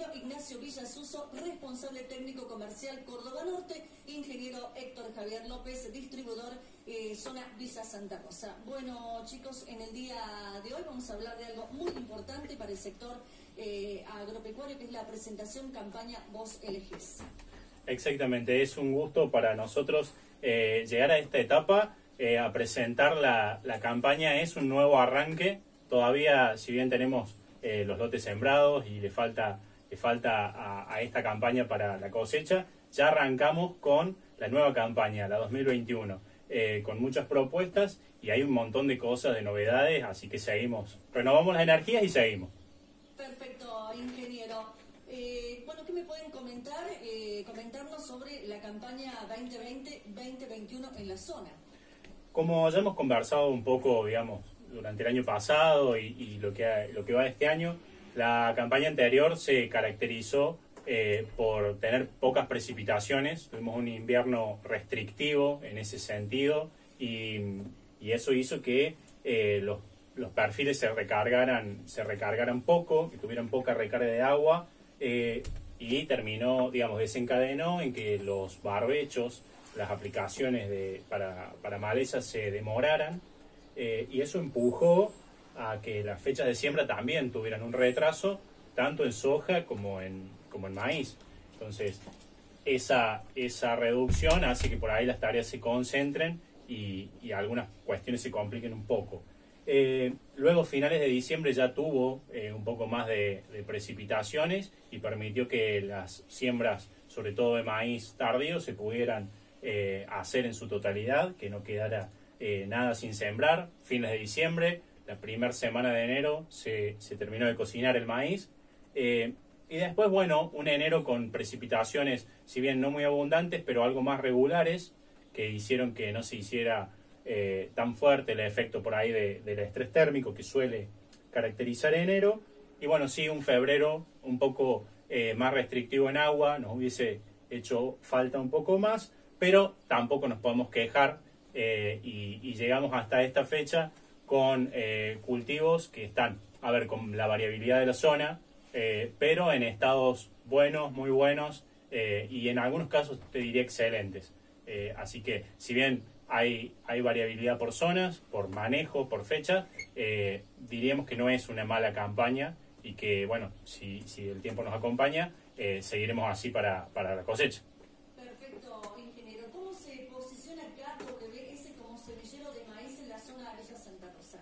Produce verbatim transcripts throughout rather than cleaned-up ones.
Ignacio Villasuso, responsable técnico comercial Córdoba Norte, ingeniero Héctor Javier López, distribuidor eh, zona Villa Santa Rosa. Bueno, chicos, en el día de hoy vamos a hablar de algo muy importante para el sector eh, agropecuario, que es la presentación campaña Vos Elegís. Exactamente, es un gusto para nosotros eh, llegar a esta etapa, eh, a presentar la, la campaña. Es un nuevo arranque, todavía si bien tenemos eh, los lotes sembrados y le falta, le falta a, a esta campaña para la cosecha, ya arrancamos con la nueva campaña, la dos mil veintiuno, eh, con muchas propuestas y hay un montón de cosas, de novedades, así que seguimos, renovamos las energías y seguimos. Perfecto, ingeniero. Eh, bueno, ¿qué me pueden comentar, eh, comentarnos sobre la campaña veinte veinte veinte veintiuno en la zona? Como ya hemos conversado un poco, digamos, durante el año pasado y, y lo, que, lo que va de este año, la campaña anterior se caracterizó eh, por tener pocas precipitaciones. Tuvimos un invierno restrictivo en ese sentido y, y eso hizo que eh, los, los perfiles se recargaran, se recargaran poco, que tuvieran poca recarga de agua. Eh, y terminó, digamos, desencadenó en que los barbechos, las aplicaciones de, para, para malezas se demoraran, eh, y eso empujó a que las fechas de siembra también tuvieran un retraso, tanto en soja como en, como en maíz. Entonces, esa, esa reducción hace que por ahí las tareas se concentren y, y algunas cuestiones se compliquen un poco. Eh, luego, finales de diciembre ya tuvo eh, un poco más de, de precipitaciones y permitió que las siembras, sobre todo de maíz tardío, se pudieran eh, hacer en su totalidad, que no quedara eh, nada sin sembrar. Fines de diciembre, la primera semana de enero, se, se terminó de cocinar el maíz. Eh, y después, bueno, un enero con precipitaciones, si bien no muy abundantes, pero algo más regulares, que hicieron que no se hiciera Eh, tan fuerte el efecto por ahí de, del estrés térmico que suele caracterizar enero. Y bueno, sí, un febrero un poco eh, más restrictivo en agua, nos hubiese hecho falta un poco más, pero tampoco nos podemos quejar eh, y, y llegamos hasta esta fecha con eh, cultivos que están, a ver, con la variabilidad de la zona, eh, pero en estados buenos, muy buenos, eh, y en algunos casos te diría excelentes. Eh, así que, si bien Hay, hay variabilidad por zonas, por manejo, por fecha, eh, diríamos que no es una mala campaña y que, bueno, si, si el tiempo nos acompaña, eh, seguiremos así para, para la cosecha. Perfecto, ingeniero. ¿Cómo se posiciona K W S como semillero de maíz en la zona de Villa Santa Rosa?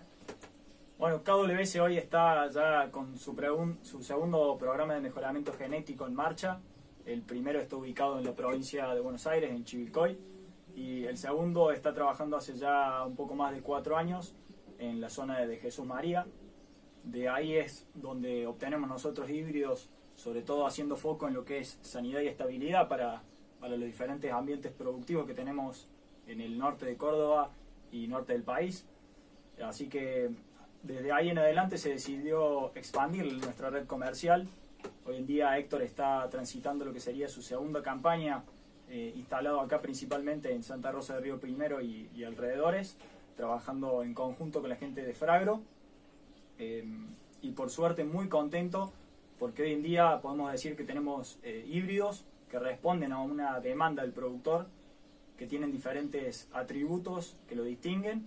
Bueno, K W S hoy está ya con su, su segundo programa de mejoramiento genético en marcha. El primero está ubicado en la provincia de Buenos Aires, en Chivilcoy. Y el segundo está trabajando hace ya un poco más de cuatro años en la zona de Jesús María. De ahí es donde obtenemos nosotros híbridos, sobre todo haciendo foco en lo que es sanidad y estabilidad para, para los diferentes ambientes productivos que tenemos en el norte de Córdoba y norte del país. Así que desde ahí en adelante se decidió expandir nuestra red comercial. Hoy en día Héctor está transitando lo que sería su segunda campaña, Eh, instalado acá principalmente en Santa Rosa de Río Primero y, y alrededores, trabajando en conjunto con la gente de Fragro, eh, y por suerte muy contento porque hoy en día podemos decir que tenemos eh, híbridos que responden a una demanda del productor, que tienen diferentes atributos que lo distinguen,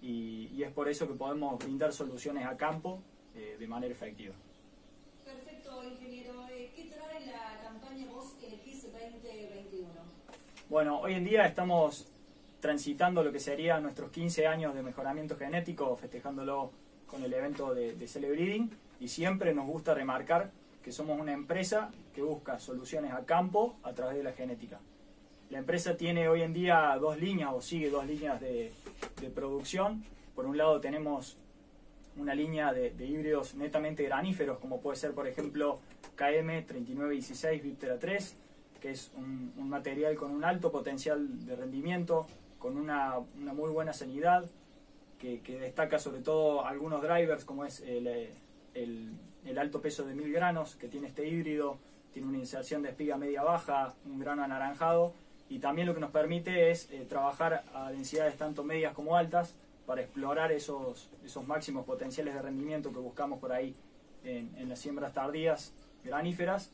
y, y es por eso que podemos brindar soluciones a campo eh, de manera efectiva. Perfecto, ingeniero. ¿Qué trae la campaña Vos Elegís veinte veintiuno? Bueno, hoy en día estamos transitando lo que serían nuestros quince años de mejoramiento genético, festejándolo con el evento de, de Celebreeding, y siempre nos gusta remarcar que somos una empresa que busca soluciones a campo a través de la genética. La empresa tiene hoy en día dos líneas, o sigue dos líneas de, de producción. Por un lado tenemos una línea de, de híbridos netamente graníferos, como puede ser, por ejemplo, K M treinta y nueve dieciséis Viptera tres, que es un, un material con un alto potencial de rendimiento, con una, una muy buena sanidad, que, que destaca sobre todo algunos drivers, como es el, el, el alto peso de mil granos que tiene este híbrido. Tiene una inserción de espiga media-baja, un grano anaranjado, y también lo que nos permite es eh, trabajar a densidades tanto medias como altas para explorar esos, esos máximos potenciales de rendimiento que buscamos por ahí en, en las siembras tardías graníferas.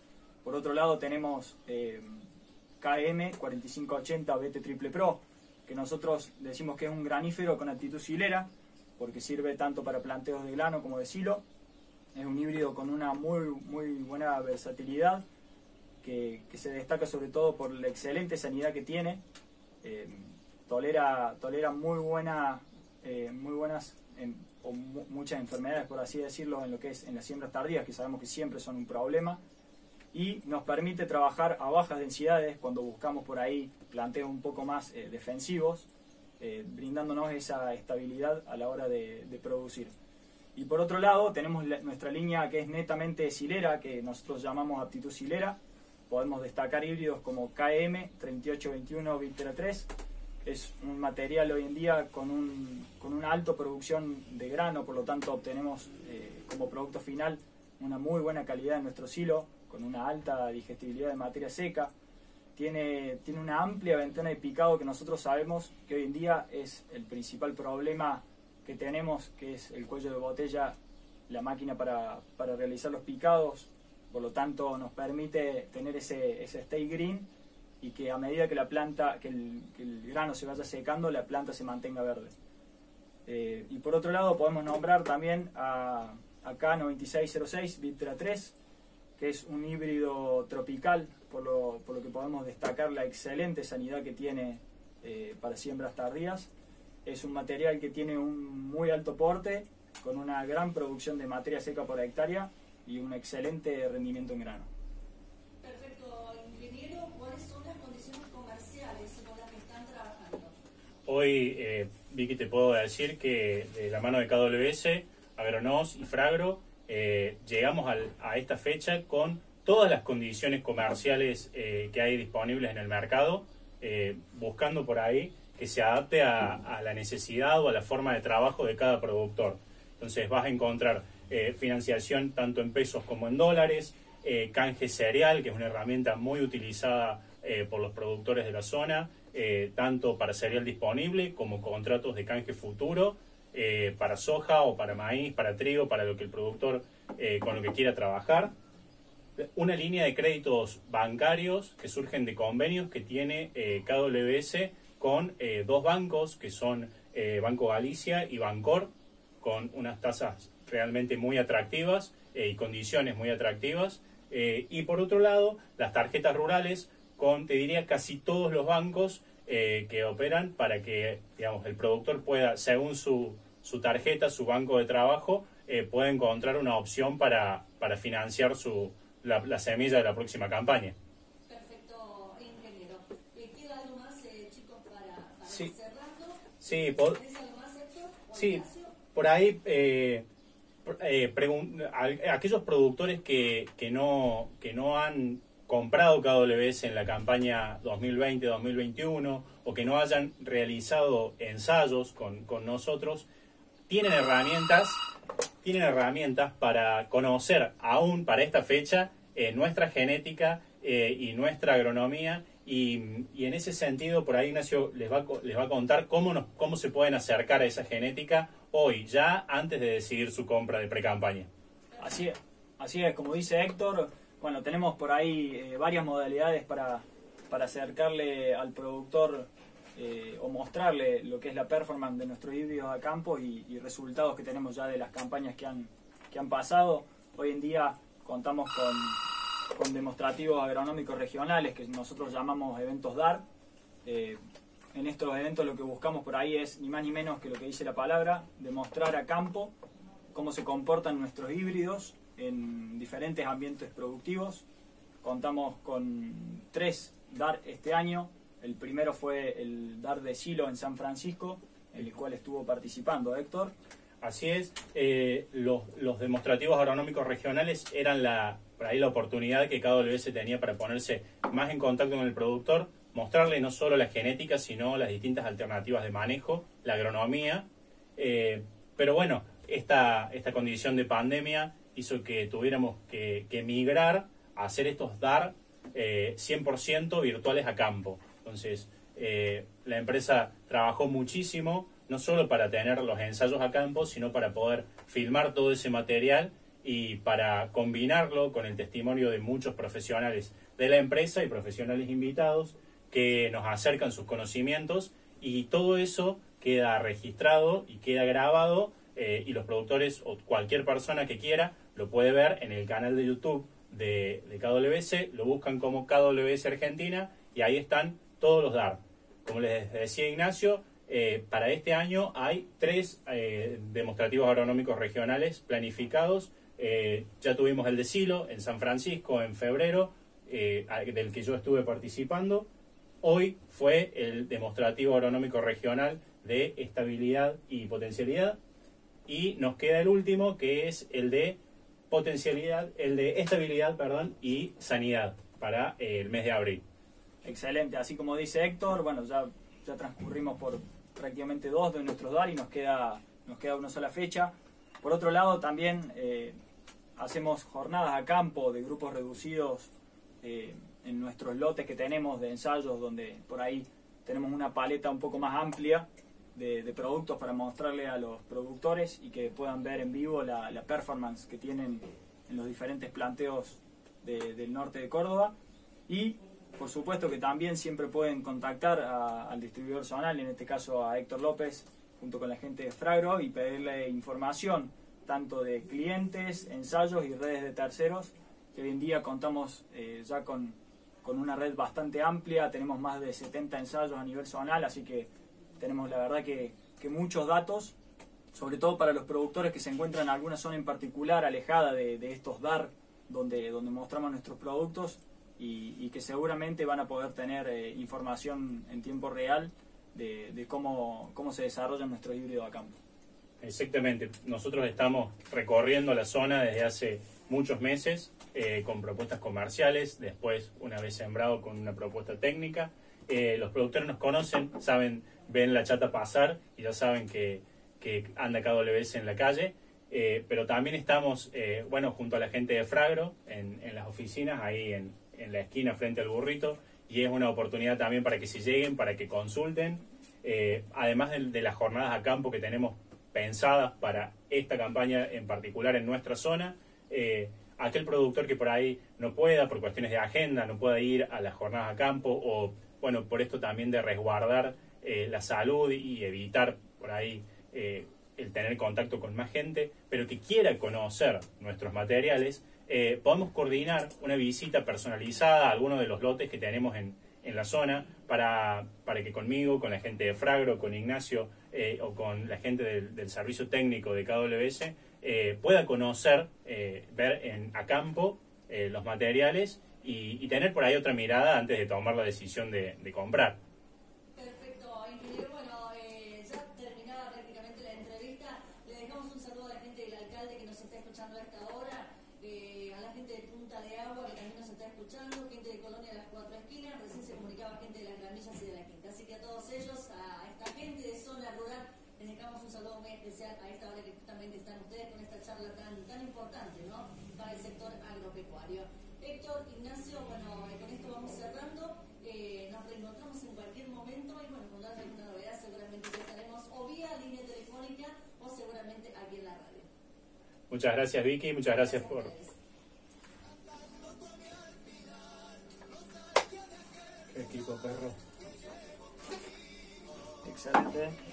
Por otro lado tenemos eh, K M cuarenta y cinco ochenta B T Triple Pro, que nosotros decimos que es un granífero con actitud silera, porque sirve tanto para planteos de grano como de silo. Es un híbrido con una muy, muy buena versatilidad, que, que se destaca sobre todo por la excelente sanidad que tiene. Eh, tolera, tolera muy, buena, eh, muy buenas en, o mu muchas enfermedades, por así decirlo, en lo que es en las siembras tardías, que sabemos que siempre son un problema, y nos permite trabajar a bajas densidades cuando buscamos por ahí planteos un poco más eh, defensivos, eh, brindándonos esa estabilidad a la hora de, de producir. Y por otro lado tenemos la, nuestra línea que es netamente silera, que nosotros llamamos aptitud silera. Podemos destacar híbridos como K M treinta y ocho veintiuno Victra tres. Es un material hoy en día con, un, con una alta producción de grano, por lo tanto obtenemos eh, como producto final una muy buena calidad en nuestro silo, con una alta digestibilidad de materia seca. Tiene, tiene una amplia ventana de picado, que nosotros sabemos que hoy en día es el principal problema que tenemos, que es el cuello de botella, la máquina para, para realizar los picados. Por lo tanto nos permite tener ese, ese stay green, y que a medida que la planta, que el, que el grano se vaya secando, la planta se mantenga verde. Eh, y por otro lado podemos nombrar también a, a K noventa y seis cero seis Victra tres, que es un híbrido tropical, por lo, por lo que podemos destacar la excelente sanidad que tiene eh, para siembras tardías. Es un material que tiene un muy alto porte, con una gran producción de materia seca por hectárea y un excelente rendimiento en grano. Perfecto, ingeniero. ¿Cuáles son las condiciones comerciales con las que están trabajando? Hoy, eh, Vicky, te puedo decir que de la mano de K W S, Agronos y Fragro, eh, llegamos al, a esta fecha con todas las condiciones comerciales eh, que hay disponibles en el mercado, eh, buscando por ahí que se adapte a, a la necesidad o a la forma de trabajo de cada productor. Entonces vas a encontrar eh, financiación tanto en pesos como en dólares, eh, canje cereal, que es una herramienta muy utilizada eh, por los productores de la zona, eh, tanto para cereal disponible como contratos de canje futuro, eh, para soja o para maíz, para trigo, para lo que el productor eh, con lo que quiera trabajar. Una línea de créditos bancarios que surgen de convenios que tiene eh, K W S con eh, dos bancos, que son eh, Banco Galicia y Bancor, con unas tasas realmente muy atractivas eh, y condiciones muy atractivas. Eh, y por otro lado, las tarjetas rurales con, te diría, casi todos los bancos eh, que operan para que, digamos, el productor pueda, según su, su tarjeta, su banco de trabajo, eh, pueda encontrar una opción para, para financiar su, la, la semilla de la próxima campaña. Perfecto, ingeniero. Eh, ¿Queda algo más, eh, chicos, para, para Sí. ir cerrando? Sí, por, ¿Tenés algo más, Héctor? ¿O sí, Ignacio? por ahí, eh, eh, pregun- a, aquellos productores que, que, no, que no han comprado K W S en la campaña dos mil veinte dos mil veintiuno o que no hayan realizado ensayos con, con nosotros, tienen herramientas, tienen herramientas para conocer aún para esta fecha eh, nuestra genética eh, y nuestra agronomía. Y, y en ese sentido, por ahí Ignacio les va, les va a contar cómo, nos, cómo se pueden acercar a esa genética hoy, ya antes de decidir su compra de pre-campaña. Así es, así es, como dice Héctor, bueno, tenemos por ahí eh, varias modalidades para, para acercarle al productor eh, o mostrarle lo que es la performance de nuestros híbridos a campo y, y resultados que tenemos ya de las campañas que han, que han pasado. Hoy en día contamos con, con demostrativos agronómicos regionales que nosotros llamamos eventos D A R. Eh, en estos eventos lo que buscamos por ahí es ni más ni menos que lo que dice la palabra, demostrar a campo cómo se comportan nuestros híbridos en diferentes ambientes productivos. Contamos con tres D A R este año. El primero fue el D A R de Silo en San Francisco, en el cual estuvo participando Héctor. Así es, eh, los, los demostrativos agronómicos regionales eran la, por ahí la oportunidad que K W S tenía para ponerse más en contacto con el productor, mostrarle no solo la genética, sino las distintas alternativas de manejo, la agronomía. Eh, pero bueno, esta, esta condición de pandemia hizo que tuviéramos que, que migrar a hacer estos D A R eh, cien por ciento virtuales a campo. Entonces, eh, la empresa trabajó muchísimo, no solo para tener los ensayos a campo, sino para poder filmar todo ese material y para combinarlo con el testimonio de muchos profesionales de la empresa y profesionales invitados que nos acercan sus conocimientos, y todo eso queda registrado y queda grabado, eh, y los productores o cualquier persona que quiera lo puede ver en el canal de YouTube de, de K W C, lo buscan como K W C Argentina y ahí están todos los D A R. Como les decía Ignacio, eh, para este año hay tres eh, demostrativos agronómicos regionales planificados. Eh, ya tuvimos el de Silo en San Francisco en febrero, eh, del que yo estuve participando. Hoy fue el demostrativo agronómico regional de estabilidad y potencialidad, y nos queda el último, que es el de potencialidad, el de estabilidad, perdón, y sanidad para eh, el mes de abril. Excelente, así como dice Héctor, bueno, ya, ya transcurrimos por prácticamente dos de nuestros D A R y nos queda, nos queda una sola fecha. Por otro lado, también eh, hacemos jornadas a campo de grupos reducidos eh, en nuestros lotes que tenemos de ensayos, donde por ahí tenemos una paleta un poco más amplia de, de productos para mostrarle a los productores y que puedan ver en vivo la, la performance que tienen en los diferentes planteos de, del norte de Córdoba. Y por supuesto que también siempre pueden contactar a, al distribuidor zonal, en este caso a Héctor López, junto con la gente de Fragro, y pedirle información tanto de clientes, ensayos y redes de terceros, que hoy en día contamos eh, ya con, con una red bastante amplia. Tenemos más de setenta ensayos a nivel zonal, así que tenemos la verdad que, que muchos datos, sobre todo para los productores que se encuentran en alguna zona en particular alejada de, de estos D A R donde, donde mostramos nuestros productos, y, y que seguramente van a poder tener eh, información en tiempo real de, de cómo, cómo se desarrolla nuestro híbrido a campo. Exactamente, nosotros estamos recorriendo la zona desde hace muchos meses eh, con propuestas comerciales, después una vez sembrado con una propuesta técnica. Eh, los productores nos conocen, saben, ven la chata pasar y ya saben que, que anda K W C en la calle, eh, pero también estamos eh, bueno, junto a la gente de Fragro en, en las oficinas, ahí en, en la esquina frente al burrito, y es una oportunidad también para que se lleguen, para que consulten, eh, además de, de las jornadas a campo que tenemos pensadas para esta campaña en particular en nuestra zona. Eh, aquel productor que por ahí no pueda, por cuestiones de agenda, no pueda ir a las jornadas a campo, o bueno, por esto también de resguardar eh, la salud y evitar por ahí eh, el tener contacto con más gente, pero que quiera conocer nuestros materiales, eh, podemos coordinar una visita personalizada a algunos de los lotes que tenemos en, en la zona, para, para que conmigo, con la gente de Fragro, con Ignacio eh, o con la gente del, del servicio técnico de K W C, eh, pueda conocer, eh, ver en, a campo eh, los materiales y, y tener por ahí otra mirada antes de tomar la decisión de, de comprar. Perfecto, ingeniero. Bueno, eh, ya terminada prácticamente la entrevista. Le dejamos un saludo a la gente del alcalde que nos está escuchando a esta hora, eh, a la gente de Punta de Agua que también nos está escuchando, gente de Colonia de las Cuatro Esquinas, recién se comunicaba gente de las Gramillas y de la Quinta. Así que a todos ellos, a esta gente de zona rural, les dejamos un saludo muy especial a esta hora que justamente están ustedes con esta charla tan, tan importante, ¿no?, para el sector agropecuario. Héctor, Ignacio, bueno, eh, con esto vamos cerrando. Eh, nos reencontramos en cualquier momento y bueno, cuando haya alguna novedad seguramente ya estaremos o vía línea telefónica o seguramente aquí en la radio. Muchas gracias, Vicky, muchas gracias, gracias por... Qué equipo, perro. Excelente.